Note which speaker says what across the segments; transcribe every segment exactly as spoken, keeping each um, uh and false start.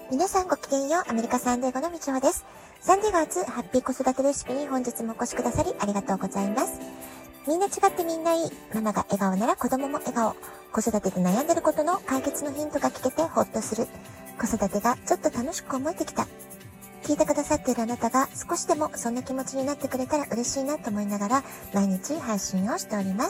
Speaker 1: 皆さんごきげんよう。アメリカサンデーゴのみちほです。サンデーゴ初ハッピー子育てレシピに本日もお越しくださりありがとうございます。みんな違ってみんないい。ママが笑顔なら子供も笑顔。子育てで悩んでることの解決のヒントが聞けてホッとする。子育てがちょっと楽しく思えてきた。聞いてくださっているあなたが少しでもそんな気持ちになってくれたら嬉しいなと思いながら毎日配信をしております。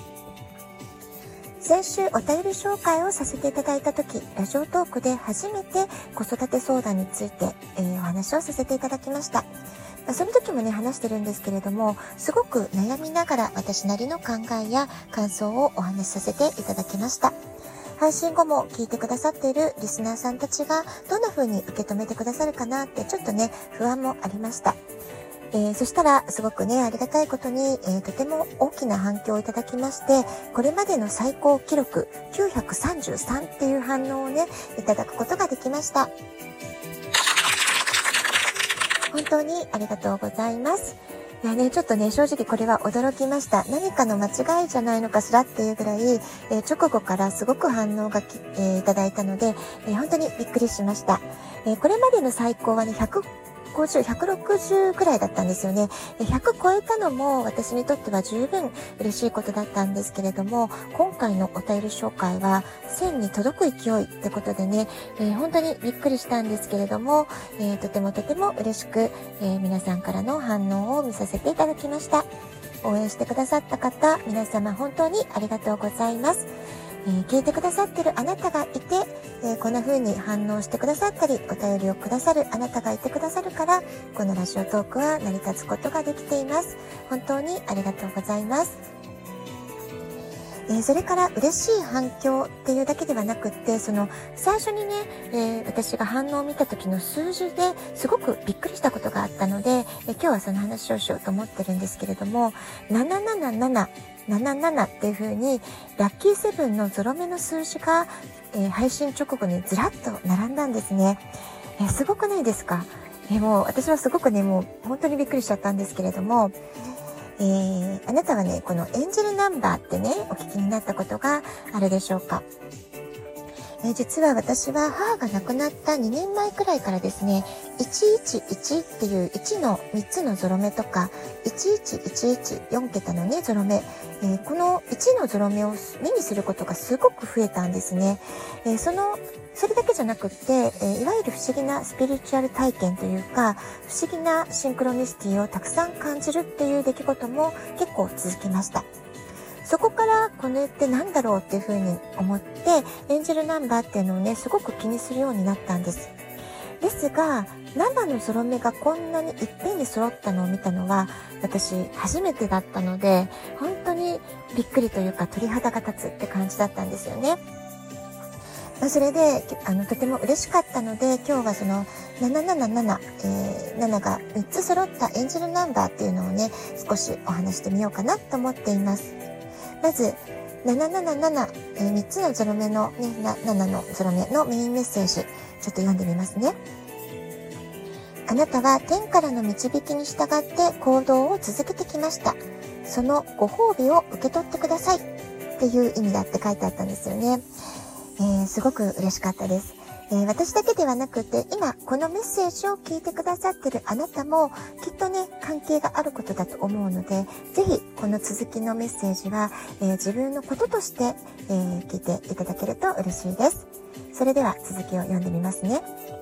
Speaker 1: 先週お便り紹介をさせていただいた時、ラジオトークで初めて子育て相談について、えー、お話をさせていただきました。その時もね話してるんですけれども、すごく悩みながら私なりの考えや感想をお話しさせていただきました。配信後も聞いてくださっているリスナーさんたちがどんな風に受け止めてくださるかなってちょっとね不安もありました。えー、そしたらすごくねありがたいことに、えー、とても大きな反響をいただきまして、これまでの最高記録きゅうひゃくさんじゅうさんっていう反応をねいただくことができました。本当にありがとうございます。いやね、ちょっとね正直これは驚きました。何かの間違いじゃないのかしらっていうぐらい、えー、直後からすごく反応がき、えー、いただいたので、えー、本当にびっくりしました。えー、これまでの最高はねひゃくごじゅう、ひゃくろくじゅうくらいだったんですよね。ひゃく超えたのも私にとっては十分嬉しいことだったんですけれども、今回のお便り紹介はせんに届く勢いってことでね、えー、本当にびっくりしたんですけれども、えー、とてもとても嬉しく、えー、皆さんからの反応を見させていただきました。応援してくださった方、皆様本当にありがとうございます。えー、聞いてくださってるあなたがいて、えー、こんな風に反応してくださったりお便りをくださるあなたがいてくださるから、このラジオトークは成り立つことができています。本当にありがとうございます。えー、それから嬉しい反響っていうだけではなくって、その最初にね、えー、私が反応を見た時の数字ですごくびっくりしたことがあったので、えー、今日はその話をしようと思ってるんですけれども、ななななななななななっていう風にラッキーセブンのゾロ目の数字が、えー、配信直後にずらっと並んだんですね。えー、すごくないですか？えー、もう私はすごくねもう本当にびっくりしちゃったんですけれども、えー、あなたはねこのエンジェルナンバーってねお聞きになったことがあるでしょうか？えー、実は私は母が亡くなったにねんまえくらいからですね、いちいちいちっていういちのみっつのゾロ目とかいちいちいちいちよん桁のねゾロ目、えー、このいちのゾロ目を目にすることがすごく増えたんですね。えー、そのそれだけじゃなくって、えー、いわゆる不思議なスピリチュアル体験というか不思議なシンクロニシティをたくさん感じるっていう出来事も結構続きました。そこからこれって何だろうっていうふうに思ってエンジェルナンバーっていうのをねすごく気にするようになったんです。ですが生のゾロ目がこんなにいっぺんに揃ったのを見たのは私初めてだったので、本当にびっくりというか鳥肌が立つって感じだったんですよね。それであのとても嬉しかったので、今日はそのなななななな、えー、なながみっつ揃ったエンジェルナンバーっていうのをね少しお話してみようかなと思っています。まずなななななな、えー、みっつのゾロ目の、ね、ななのゾロ目のメインメッセージちょっと読んでみますね。あなたは天からの導きに従って行動を続けてきました。そのご褒美を受け取ってくださいっていう意味だって書いてあったんですよね。えー、すごく嬉しかったです。えー、私だけではなくて今このメッセージを聞いてくださってるあなたもきっとね関係があることだと思うので、ぜひこの続きのメッセージは、えー、自分のこととして、えー、聞いていただけると嬉しいです。それでは続きを読んでみますね。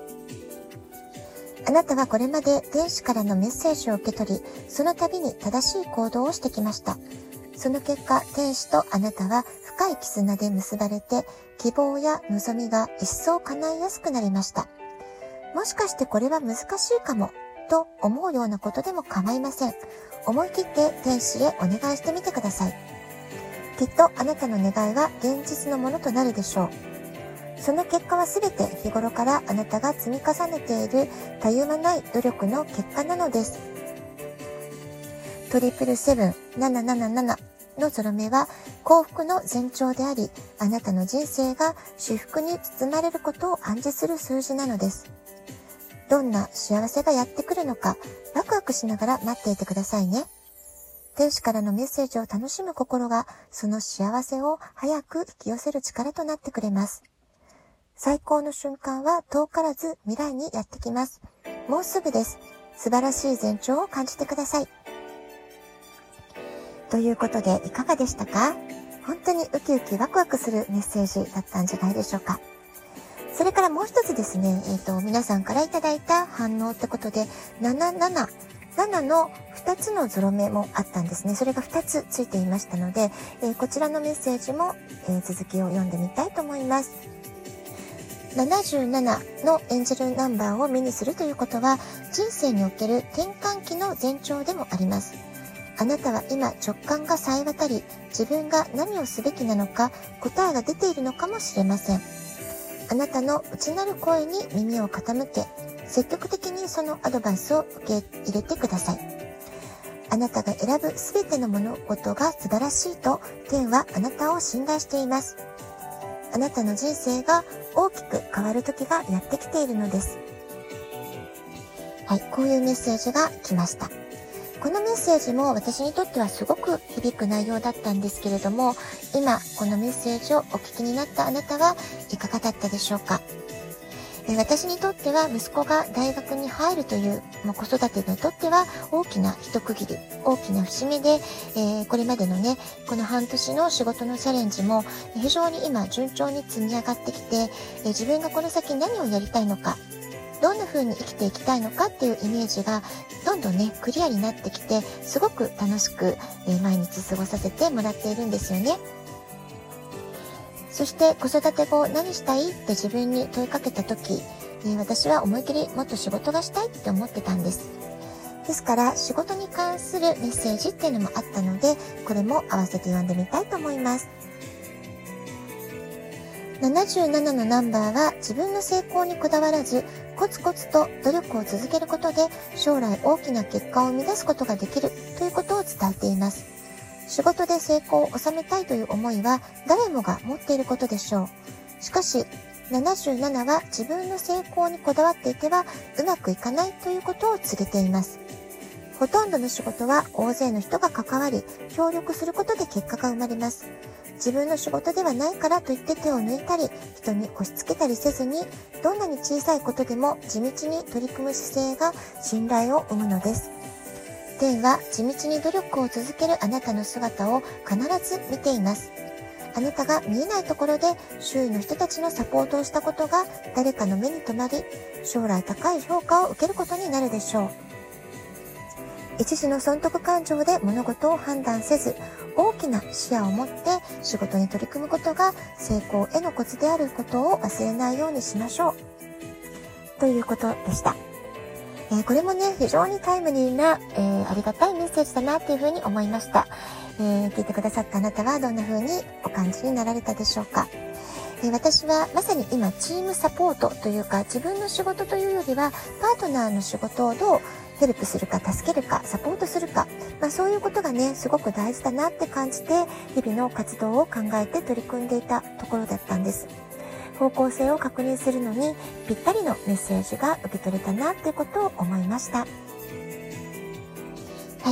Speaker 1: あなたはこれまで天使からのメッセージを受け取り、その度に正しい行動をしてきました。その結果、天使とあなたは深い絆で結ばれて、希望や望みが一層叶いやすくなりました。もしかしてこれは難しいかも、と思うようなことでも構いません。思い切って天使へお願いしてみてください。きっとあなたの願いは現実のものとなるでしょう。その結果はすべて日頃からあなたが積み重ねているたゆまない努力の結果なのです。トリプルセブンななななななのゾロ目は幸福の前兆であり、あなたの人生が至福に包まれることを暗示する数字なのです。どんな幸せがやってくるのかワクワクしながら待っていてくださいね。天使からのメッセージを楽しむ心がその幸せを早く引き寄せる力となってくれます。 最高の瞬間は遠からず未来にやってきます。もうすぐです。素晴らしい前兆を感じてください。ということで、いかがでしたか？本当にウキウキワクワクするメッセージだったんじゃないでしょうか。それからもう一つですね、えっと、皆さんからいただいた反応ってことで、なななな、ななのふたつのゾロ目もあったんですね。それがふたつついていましたので、えー、こちらのメッセージも、えー、続きを読んでみたいと思います。ななじゅうななのエンジェルナンバーを目にするということは、人生における転換期の前兆でもあります。あなたは今直感が冴え渡り、自分が何をすべきなのか答えが出ているのかもしれません。あなたの内なる声に耳を傾け、積極的にそのアドバイスを受け入れてください。あなたが選ぶすべての物事が素晴らしいと、天はあなたを信頼しています。あなたの人生が大きく変わる時がやってきているのです。はい、こういうメッセージが来ました。このメッセージも私にとってはすごく響く内容だったんですけれども、今このメッセージをお聞きになったあなたはいかがだったでしょうか。え私にとっては息子が大学に入るという、まあ、子育てにとっては大きな一区切り、大きな節目で、えー、これまでのね、この半年の仕事のチャレンジも非常に今順調に積み上がってきて、えー、自分がこの先何をやりたいのか、どんな風に生きていきたいのかっていうイメージがどんどんねクリアになってきて、すごく楽しく、えー、毎日過ごさせてもらっているんですよね。そして子育て後何したいって自分に問いかけた時、えー、私は思い切りもっと仕事がしたいって思ってたんです。ですから仕事に関するメッセージっていうのもあったので、これも合わせて読んでみたいと思います。ななじゅうななのナンバーは、自分の成功にこだわらずコツコツと努力を続けることで将来大きな結果を生み出すことができるということを伝えています。仕事で成功を収めたいという思いは誰もが持っていることでしょう。しかしななじゅうななは自分の成功にこだわっていてはうまくいかないということを告げています。ほとんどの仕事は大勢の人が関わり協力することで結果が生まれます。自分の仕事ではないからといって手を抜いたり、人に押し付けたりせずに、どんなに小さいことでも地道に取り組む姿勢が信頼を生むのです。天は地道に努力を続けるあなたの姿を必ず見ています。あなたが見えないところで周囲の人たちのサポートをしたことが誰かの目に留まり、将来高い評価を受けることになるでしょう。一時の損得感情で物事を判断せず、大きな視野を持って仕事に取り組むことが成功へのコツであることを忘れないようにしましょう。ということでした。えー、これもね、非常にタイムリーな、えー、ありがたいメッセージだなというふうに思いました。えー、聞いてくださったあなたはどんな風にお感じになられたでしょうか。えー、私はまさに今チームサポートというか、自分の仕事というよりはパートナーの仕事をどうヘルプするか助けるかサポートするか、まあ、そういうことがねすごく大事だなって感じて、日々の活動を考えて取り組んでいたところだったんです。方向性を確認するのにぴったりのメッセージが受け取れたなっていうことを思いました。はい、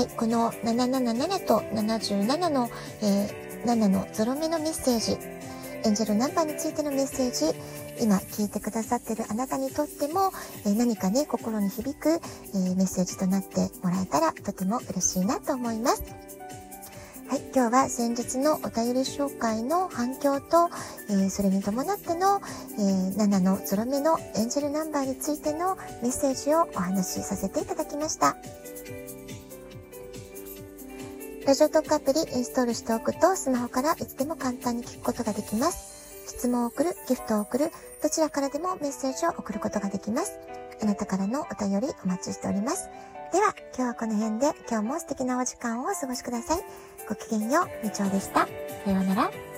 Speaker 1: このなななななとななじゅうななの、えー、ななのゾロ目のメッセージ、エンジェルナンバーについてのメッセージ、今聞いてくださっているあなたにとっても、えー、何かね心に響く、えー、メッセージとなってもらえたらとても嬉しいなと思います。はい、今日は先日のお便り紹介の反響と、えー、それに伴っての、えー、ななのゾロ目のエンジェルナンバーについてのメッセージをお話しさせていただきました。ラジオトークアプリインストールしておくとスマホからいつでも簡単に聞くことができます。質問を送る、ギフトを送る、どちらからでもメッセージを送ることができます。あなたからのお便りお待ちしております。では今日はこの辺で、今日も素敵なお時間をお過ごしください。ごきげんよう、みちおでした。さようなら。